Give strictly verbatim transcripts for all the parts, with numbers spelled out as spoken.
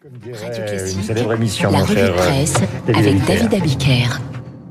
Radio Classique, une célèbre émission, la mon revue cher de presse David avec Abiker. David Abiker.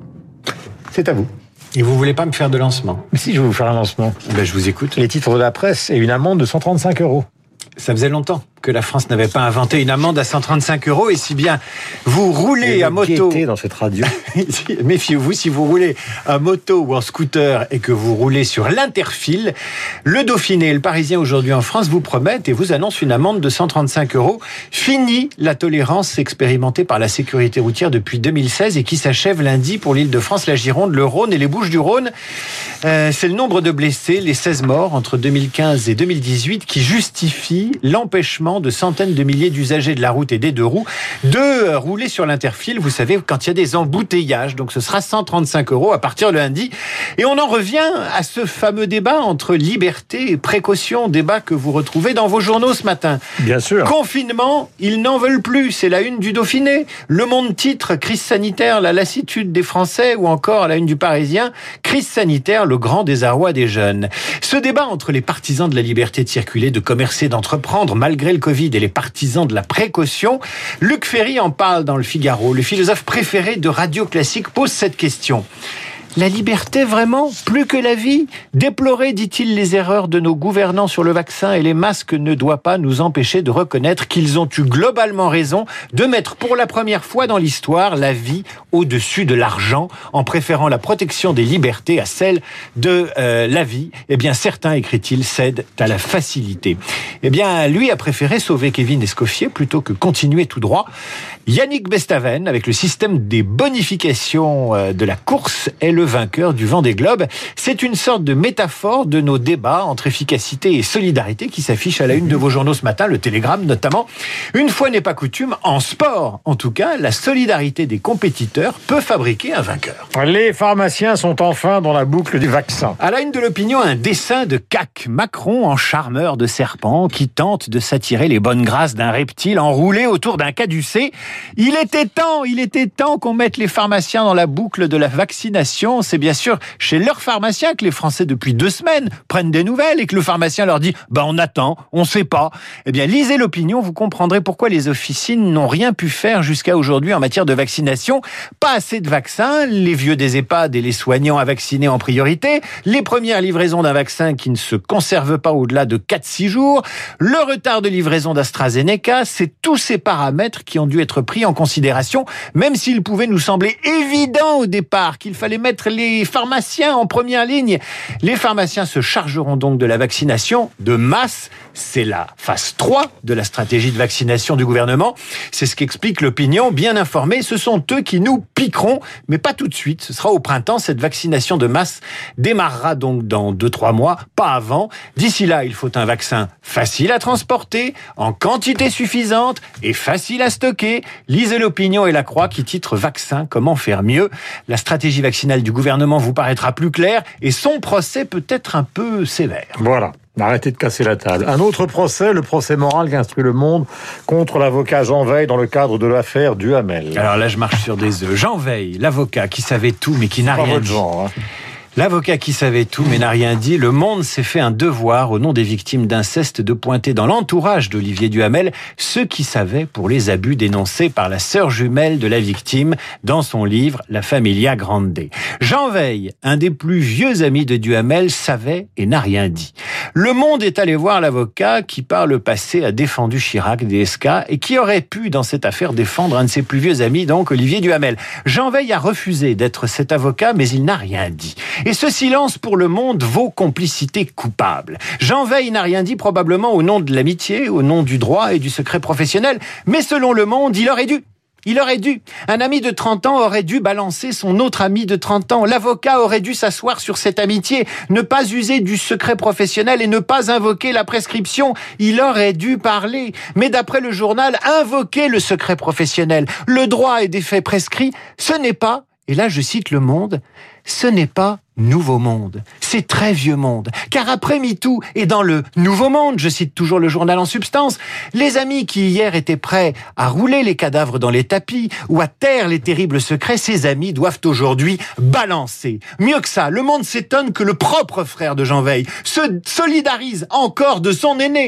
C'est à vous. Et vous voulez pas me faire de lancement? Mais si, je vais vous faire un lancement. Ben, je vous écoute. Les titres de la presse et une amende de cent trente-cinq euros. Ça faisait longtemps que la France n'avait pas inventé une amende à cent trente-cinq euros. Et si bien vous roulez Et à moto... gaieté dans cette radio. Méfiez-vous, si vous roulez à moto ou en scooter et que vous roulez sur l'Interfile, le Dauphiné et le Parisien aujourd'hui en France vous promettent et vous annoncent une amende de cent trente-cinq euros. Fini la tolérance expérimentée par la sécurité routière depuis deux mille seize et qui s'achève lundi pour l'Île-de-France, la Gironde, le Rhône et les Bouches-du-Rhône. Euh, c'est le nombre de blessés, les seize morts entre deux mille quinze et deux mille dix-huit qui justifie l'empêchement de centaines de milliers d'usagers de la route et des deux roues de rouler sur l'Interfile, vous savez, quand il y a des embouteillages. Donc ce sera cent trente-cinq euros à partir de lundi. Et on en revient à ce fameux débat entre liberté et précaution, débat que vous retrouvez dans vos journaux ce matin. Bien sûr. Confinement, ils n'en veulent plus, c'est la une du Dauphiné. Le Monde titre, crise sanitaire, la lassitude des Français, ou encore à la une du Parisien, crise sanitaire, le grand désarroi des jeunes. Ce débat entre les partisans de la liberté de circuler, de commercer, d'entreprendre, malgré le Covid, et les partisans de la précaution, Luc Ferry en parle dans le Figaro. Le philosophe préféré de Radio Classique pose cette question. La liberté, vraiment, plus que la vie? Déplorer, dit-il, les erreurs de nos gouvernants sur le vaccin et les masques ne doit pas nous empêcher de reconnaître qu'ils ont eu globalement raison de mettre pour la première fois dans l'histoire la vie au-dessus de l'argent, en préférant la protection des libertés à celle de euh, la vie. Eh bien, certains, écrit-il, cèdent à la facilité. Eh bien, lui a préféré sauver Kevin Escoffier plutôt que continuer tout droit. Yannick Bestaven, avec le système des bonifications euh, de la course, est le vainqueur du Vendée Globe. C'est une sorte de métaphore de nos débats entre efficacité et solidarité qui s'affiche à la une de vos journaux ce matin, le Télégramme notamment. Une fois n'est pas coutume, en sport en tout cas, la solidarité des compétiteurs peut fabriquer un vainqueur. Les pharmaciens sont enfin dans la boucle du vaccin. À la une de l'opinion, un dessin de C A C, Macron en charmeur de serpent qui tente de s'attirer les bonnes grâces d'un reptile enroulé autour d'un caducée. Il était temps, il était temps qu'on mette les pharmaciens dans la boucle de la vaccination. C'est bien sûr chez leur pharmacien que les Français, depuis deux semaines, prennent des nouvelles et que le pharmacien leur dit « bah on attend, on sait pas ». Eh bien, lisez l'opinion, vous comprendrez pourquoi les officines n'ont rien pu faire jusqu'à aujourd'hui en matière de vaccination. Pas assez de vaccins, les vieux des EHPAD et les soignants à vacciner en priorité, les premières livraisons d'un vaccin qui ne se conserve pas au-delà de quatre à six jours, le retard de livraison d'AstraZeneca, c'est tous ces paramètres qui ont dû être pris en considération, même s'il pouvait nous sembler évident au départ qu'il fallait mettre les pharmaciens en première ligne. Les pharmaciens se chargeront donc de la vaccination de masse. C'est la phase trois de la stratégie de vaccination du gouvernement. C'est ce qu'explique l'opinion. Bien informée, ce sont eux qui nous piqueront, mais pas tout de suite. Ce sera au printemps. Cette vaccination de masse démarrera donc dans deux à trois mois, pas avant. D'ici là, il faut un vaccin facile à transporter, en quantité suffisante et facile à stocker. Lisez l'opinion et la Croix qui titre « Vaccin, comment faire mieux ?» La stratégie vaccinale du gouvernement vous paraîtra plus claire et son procès peut être un peu sévère. Voilà. Arrêtez de casser la table. Un autre procès, le procès moral qu'instruit Le Monde contre l'avocat Jean Veil dans le cadre de l'affaire Duhamel. Alors là, je marche sur des œufs. Jean Veil, l'avocat qui savait tout mais qui n'a Pas rien votre dit. genre, hein. L'avocat qui savait tout mais n'a rien dit, Le Monde s'est fait un devoir au nom des victimes d'inceste de pointer dans l'entourage d'Olivier Duhamel ceux qui savaient pour les abus dénoncés par la sœur jumelle de la victime dans son livre La Familia Grande. Jean Veil, un des plus vieux amis de Duhamel, savait et n'a rien dit. Le Monde est allé voir l'avocat qui par le passé a défendu Chirac, D S K et qui aurait pu dans cette affaire défendre un de ses plus vieux amis, donc Olivier Duhamel. Jean Veil a refusé d'être cet avocat mais il n'a rien dit. Et ce silence pour Le Monde vaut complicité coupable. Jean Veil n'a rien dit probablement au nom de l'amitié, au nom du droit et du secret professionnel, mais selon Le Monde, il aurait dû. Il aurait dû. Un ami de trente ans aurait dû balancer son autre ami de trente ans. L'avocat aurait dû s'asseoir sur cette amitié, ne pas user du secret professionnel et ne pas invoquer la prescription. Il aurait dû parler. Mais d'après le journal, invoquer le secret professionnel, le droit et des faits prescrits, ce n'est pas, et là je cite Le Monde, ce n'est pas nouveau monde. C'est très vieux monde. Car après MeToo et dans le nouveau monde, je cite toujours le journal en substance, les amis qui hier étaient prêts à rouler les cadavres dans les tapis ou à taire les terribles secrets, ces amis doivent aujourd'hui balancer. Mieux que ça, Le Monde s'étonne que le propre frère de Jean Veil se solidarise encore de son aîné.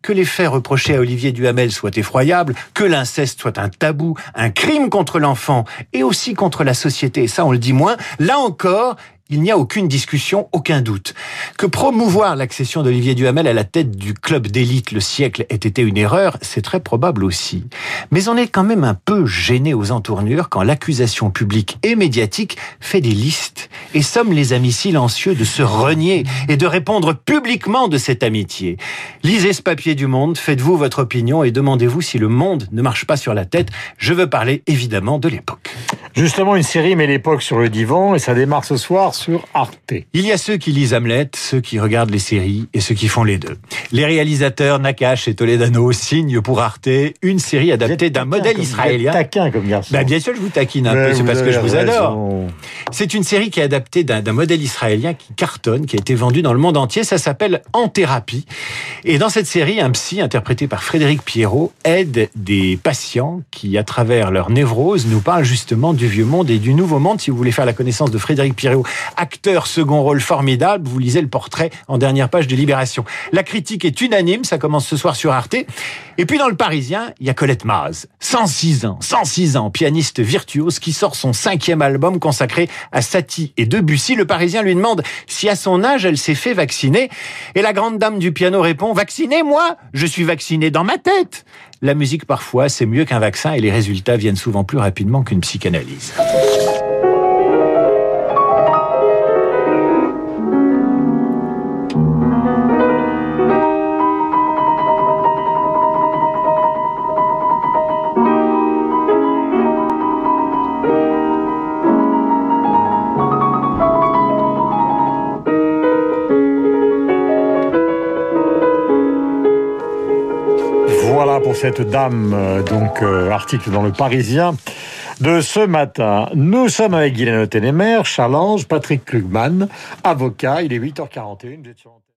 que les faits reprochés à Olivier Duhamel soient effroyables, que l'inceste soit un tabou, un crime contre l'enfant et aussi contre la société, ça on le dit moins, là encore, il n'y a aucune discussion, aucun doute. Que promouvoir l'accession d'Olivier Duhamel à la tête du club d'élite Le Siècle ait été une erreur, c'est très probable aussi. Mais on est quand même un peu gêné aux entournures quand l'accusation publique et médiatique fait des listes et somme les amis silencieux de se renier et de répondre publiquement de cette amitié. Lisez ce papier du Monde, faites-vous votre opinion et demandez-vous si le monde ne marche pas sur la tête. Je veux parler évidemment de l'époque. Justement, une série met l'époque sur le divan et ça démarre ce soir sur Arte. Il y a ceux qui lisent Hamlet, ceux qui regardent les séries et ceux qui font les deux. Les réalisateurs Nakache et Toledano signent pour Arte une série adaptée d'un modèle comme, israélien. Taquin comme garçon. Bah bien sûr, je vous taquine un Mais peu, c'est parce que je vous raison. adore. C'est une série qui est adaptée d'un, d'un modèle israélien qui cartonne, qui a été vendu dans le monde entier. Ça s'appelle En thérapie. Et dans cette série, un psy interprété par Frédéric Pierrot aide des patients qui, à travers leur névrose, nous parlent justement du vieux monde et du nouveau monde. Si vous voulez faire la connaissance de Frédéric Pierrot, acteur second rôle formidable, vous lisez le portrait en dernière page de Libération. La critique est unanime, ça commence ce soir sur Arte. Et puis dans Le Parisien, il y a Colette Maz, cent six ans, cent six ans, pianiste virtuose qui sort son cinquième album consacré à Satie et Debussy. Le Parisien lui demande si à son âge elle s'est fait vacciner. Et la grande dame du piano répond « Vacciné, moi ? Je suis vacciné dans ma tête !» La musique, parfois, c'est mieux qu'un vaccin et les résultats viennent souvent plus rapidement qu'une psychanalyse. Voilà pour cette dame, euh, donc euh, article dans Le Parisien de ce matin. Nous sommes avec Guylaine Ottenemer, Challenge, Patrick Klugman, avocat, il est huit heures quarante et une.